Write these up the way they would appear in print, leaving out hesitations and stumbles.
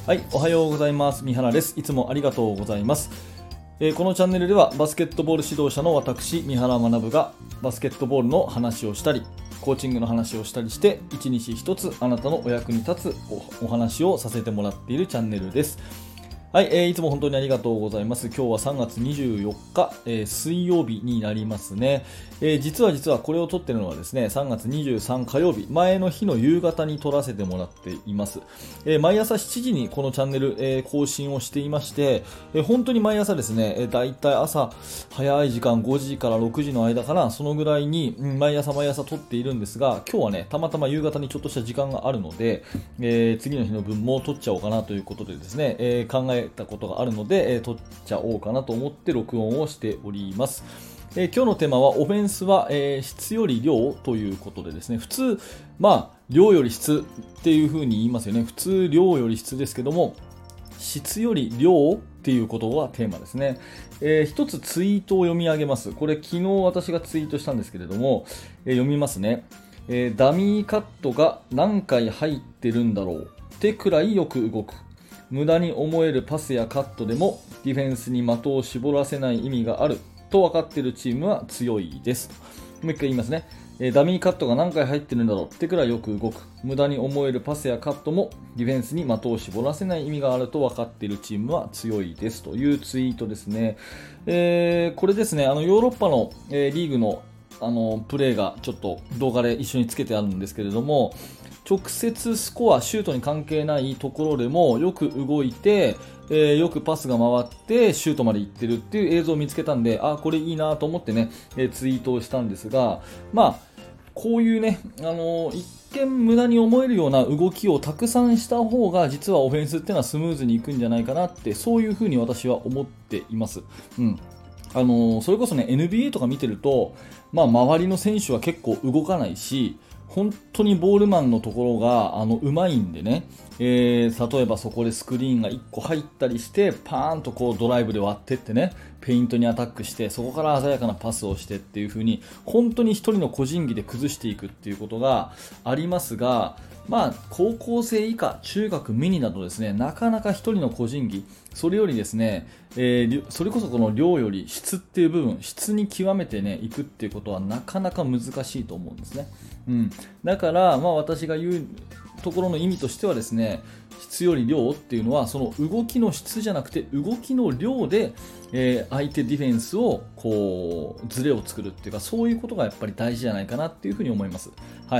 はい、おはようございます。三原です。いつもありがとうございます。このチャンネルではバスケットボール指導者の私、三原学がバスケットボールの話をしたり、コーチングの話をしたりして、一日一つあなたのお役に立つ お話をさせてもらっているチャンネルです。はい、いつも本当にありがとうございます。今日は3月24日、水曜日になりますね。実はこれを撮ってるのはですね、3月23火曜日、前の日の夕方に撮らせてもらっています。毎朝7時にこのチャンネル、更新をしていまして、本当に毎朝ですね、だいたい朝早い時間5時から6時の間かな、そのぐらいに、毎朝撮っているんですが、今日はね、たまたま夕方にちょっとした時間があるので、次の日の分も撮っちゃおうかなということでですね、考えたことがあるので、撮っちゃおうかなと思って録音をしております。今日のテーマはオフェンスは、質より量ということでですね、普通、量より質っていう風に言いますよね。普通量より質ですけども、質より量っていうことがテーマですね。一つツイートを読み上げます。これ昨日私がツイートしたんですけれども、読みますね。ダミーカットが何回入ってるんだろうってくらいよく動く。無駄に思えるパスやカットでもディフェンスに的を絞らせない意味があると分かっているチームは強いです。もう一回言いますね。ダミーカットが何回入ってるんだろうってくらいよく動く。無駄に思えるパスやカットもディフェンスに的を絞らせない意味があると分かっているチームは強いですというツイートですね。これですね、ヨーロッパの、リーグのプレーがちょっと動画で一緒につけてあるんですけれども、直接スコア、シュートに関係ないところでもよく動いて、よくパスが回ってシュートまで行ってるっていう映像を見つけたんで、これいいなと思ってね、ツイートをしたんですが、こういうね、一見無駄に思えるような動きをたくさんした方が実はオフェンスっていうのはスムーズにいくんじゃないかなって、そういうふうに私は思っています。それこそね、NBA とか見てると、周りの選手は結構動かないし、本当にボールマンのところがうまいんでね、例えばそこでスクリーンが1個入ったりして、パーンとこうドライブで割ってってね、ペイントにアタックして、そこから鮮やかなパスをしてっていう風に、本当に一人の個人技で崩していくっていうことがありますが、高校生以下、中学ミニなどですね、なかなか一人の個人技、それよりですね、それこそこの量より質っていう部分、質に極めてね、いくっていうことはなかなか難しいと思うんですね。だから、私が言うところの意味としてはですね、質より量っていうのはその動きの質じゃなくて動きの量で、相手ディフェンスをこうズレを作るっていうか、そういうことがやっぱり大事じゃないかなっていうふうに思います。はい。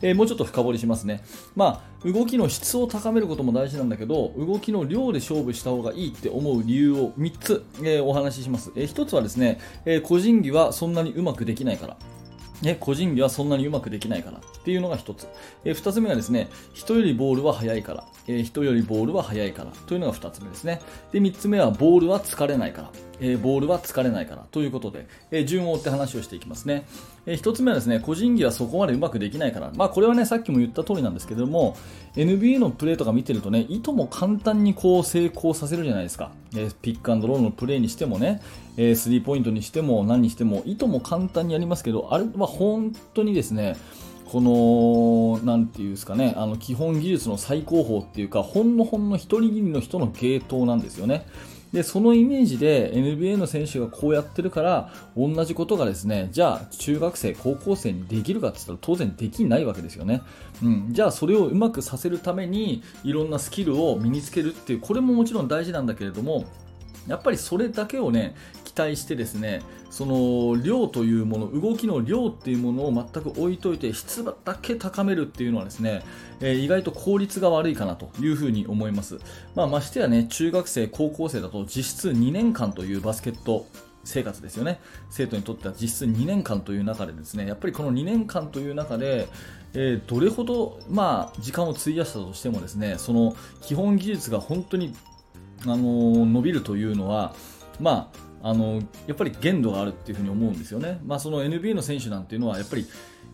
もうちょっと深掘りしますね。動きの質を高めることも大事なんだけど、動きの量で勝負した方がいいって思う理由を3つ、お話しします。1つはですね、個人技はそんなにうまくできないから。個人技はそんなにうまくできないからっていうのが一つ。二つ目はですね、人よりボールは速いから。人よりボールは速いからというのが二つ目ですね。で、三つ目はボールは疲れないから。ボールは疲れないからということで、順を追って話をしていきますね。一つ目はですね、個人技はそこまでうまくできないから。これはね、さっきも言った通りなんですけども、NBA のプレーとか見てるとね、いとも簡単にこう成功させるじゃないですか。ピックアンドロールのプレーにしてもね、スリーポイントにしても何にしても、いとも簡単にやりますけど、あれは本当にですね、この、なんていうんですかね、基本技術の最高峰っていうか、ほんの一人切りの人の芸当なんですよね。で、そのイメージで NBA の選手がこうやってるから、同じことがですね、じゃあ中学生、高校生にできるかって言ったら当然できないわけですよね。じゃあそれをうまくさせるために、いろんなスキルを身につけるっていう、これももちろん大事なんだけれども、やっぱりそれだけをね、期待してですね、その量というもの、動きの量っていうものを全く置いといて、質だけ高めるっていうのはですね、意外と効率が悪いかなというふうに思います。ましてやね、中学生、高校生だと実質2年間というバスケット生活ですよね。生徒にとっては実質2年間という中でですね、やっぱりこの2年間という中で、どれほど、時間を費やしたとしてもですね、その基本技術が本当に伸びるというのは、やっぱり限度があるっていうふうに思うんですよね。その NBA の選手なんていうのはやっぱり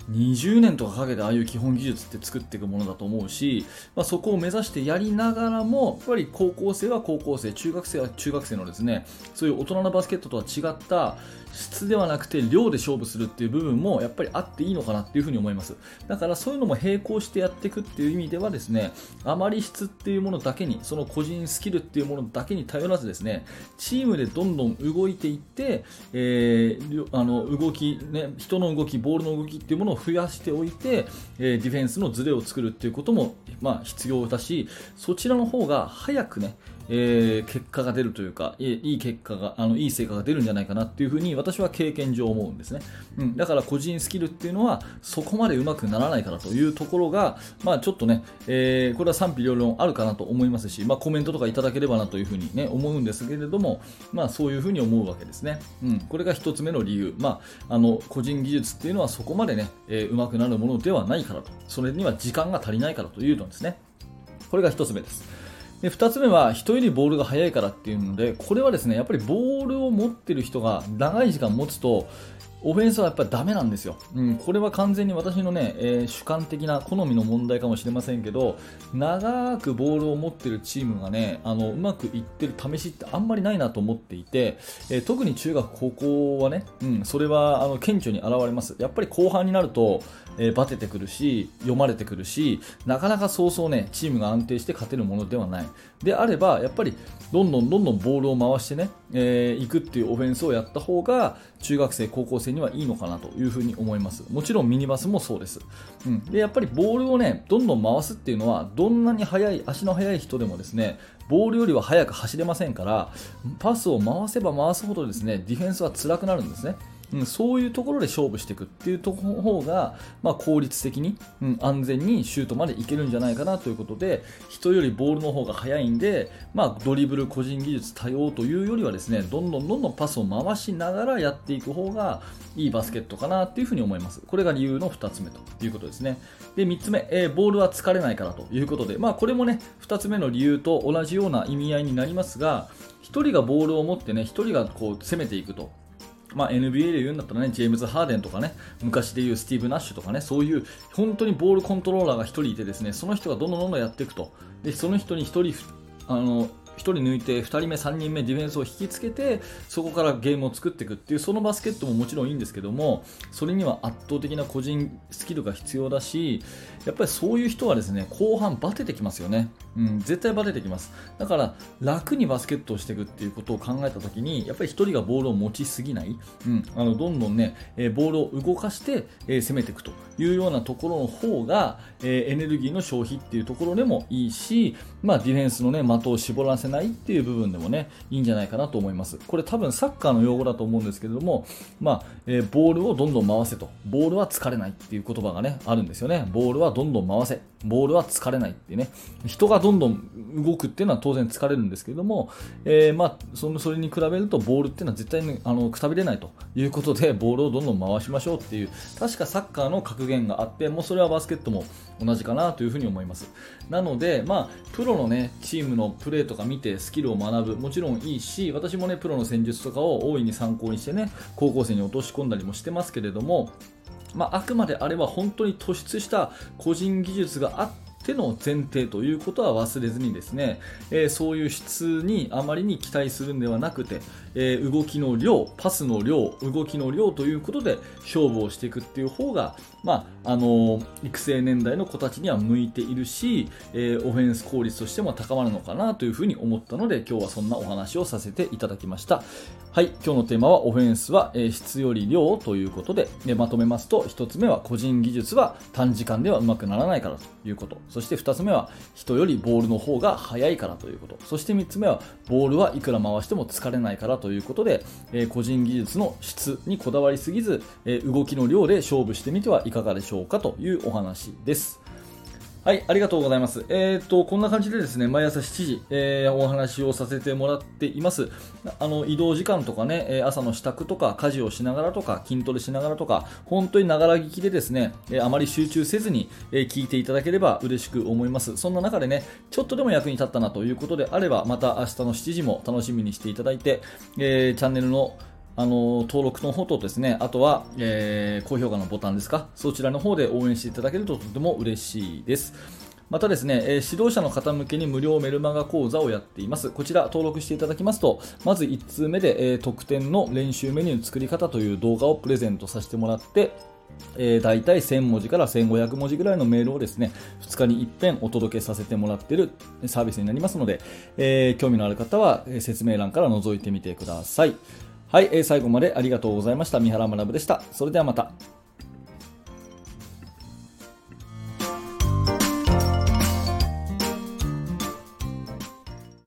20年とかかけてああいう基本技術って作っていくものだと思うし、そこを目指してやりながらも、やっぱり高校生は高校生、中学生は中学生のですね、そういう大人のバスケットとは違った質ではなくて量で勝負するっていう部分もやっぱりあっていいのかなっていうふうに思います。だからそういうのも並行してやっていくっていう意味ではですね、あまり質っていうものだけに、その個人スキルっていうものだけに頼らずですね、チームでどんどん動いていって、動き、ね、人の動き、ボールの動きっていうものを増やしておいて、ディフェンスのズレを作るっていうことも、必要だし、そちらの方が早くね、結果が出るというか、いい結果が、いい成果が出るんじゃないかなっていうふうに私は経験上思うんですね。だから個人スキルっていうのはそこまで上手くならないからというところが、ちょっとね、これは賛否両論あるかなと思いますし、コメントとかいただければなというふうにね、思うんですけれども、そういうふうに思うわけですね。これが一つ目の理由。個人技術っていうのはそこまでね、上手くなるものではないからと。それには時間が足りないからというのですね。これが一つ目です。で2つ目は人よりボールが速いからっていうので、これはですね、やっぱりボールを持っている人が長い時間持つとオフェンスはやっぱりダメなんですよ。これは完全に私のね、主観的な好みの問題かもしれませんけど、長くボールを持っているチームがね、うまくいってる試しってあんまりないなと思っていて、特に中学高校はね、それは顕著に現れます。やっぱり後半になると、バテてくるし、読まれてくるし、なかなかそうそうね、チームが安定して勝てるものではない。であれば、やっぱりどんどんボールを回してね、行くっていうオフェンスをやった方が中学生、高校生にはいいのかなというふうに思います。もちろんミニバスもそうです。でやっぱりボールをね、どんどん回すっていうのは、どんなに足の速い人でもですね、ボールよりは速く走れませんから、パスを回せば回すほどですね、ディフェンスは辛くなるんですね。そういうところで勝負していくっていうところ方が、効率的に、安全にシュートまでいけるんじゃないかなということで、人よりボールの方が速いんで、ドリブル、個人技術多用というよりはですね、どんどんパスを回しながらやっていく方がいいバスケットかなっていうふうに思います。これが理由の2つ目ということですね。で3つ目、ボールは疲れないからということで、これもね、2つ目の理由と同じような意味合いになりますが、1人がボールを持ってね、1人がこう攻めていくと。NBA で言うんだったらね、ジェームズ・ハーデンとかね、昔で言うスティーブ・ナッシュとかね、そういう本当にボールコントローラーが1人いてですね、その人がどんどんやっていくと。で、その人に1人抜いて2人目、3人目ディフェンスを引きつけて、そこからゲームを作っていくっていう、そのバスケットももちろんいいんですけども、それには圧倒的な個人スキルが必要だし、やっぱりそういう人はですね、後半バテてきますよね。絶対バテてきます。だから楽にバスケットをしていくっていうことを考えたときに、やっぱり1人がボールを持ちすぎない、どんどんね、ボールを動かして、攻めていくというようなところの方が、エネルギーの消費っていうところでもいいし、ディフェンスのね、的を絞らせないっていう部分でもね、いいんじゃないかなと思います。これ多分サッカーの用語だと思うんですけれども、ボールをどんどん回せと、ボールは疲れないっていう言葉がね、あるんですよね。ボールはどんどん回せ、ボールは疲れないっていうね、人がどんどん動くっていうのは当然疲れるんですけれども、それに比べるとボールっていうのは絶対にくたびれないということで、ボールをどんどん回しましょうっていう、確かサッカーの格言があって、もうそれはバスケットも同じかなというふうに思います。なので、プロのね、チームのプレーとか見てスキルを学ぶ、もちろんいいし、私もね、プロの戦術とかを大いに参考にしてね、高校生に落とし込んだりもしてますけれども、あくまであれは本当に突出した個人技術があっての前提ということは忘れずにですね、そういう質にあまりに期待するんではなくて、動きの量、パスの量、動きの量ということで勝負をしていくっていう方が、育成年代の子たちには向いているし、オフェンス効率としても高まるのかなというふうに思ったので、今日はそんなお話をさせていただきました。はい、今日のテーマはオフェンスは質より量ということで、まとめますと、1つ目は個人技術は短時間ではうまくならないからということ、そして2つ目は人よりボールの方が速いからということ、そして3つ目はボールはいくら回しても疲れないからということで、個人技術の質にこだわりすぎず、動きの量で勝負してみてはいかがでしょうかというお話です。はい、ありがとうございます。こんな感じでですね、毎朝7時、お話をさせてもらっています。移動時間とかね、朝の支度とか、家事をしながらとか、筋トレしながらとか、本当にながら聞きでですね、あまり集中せずに、聞いていただければ嬉しく思います。そんな中でね、ちょっとでも役に立ったなということであれば、また明日の7時も楽しみにしていただいて、チャンネルの登録の方とですね、あとは、高評価のボタンですか、そちらの方で応援していただけるととても嬉しいです。またですね、指導者の方向けに無料メルマガ講座をやっています。こちら登録していただきますと、まず1通目で、特典の練習メニュー作り方という動画をプレゼントさせてもらって、だいたい1000文字から1500文字ぐらいのメールをですね、2日に一遍お届けさせてもらっているサービスになりますので、興味のある方は説明欄から覗いてみてください。はい、最後までありがとうございました。三原学でした。それではまた。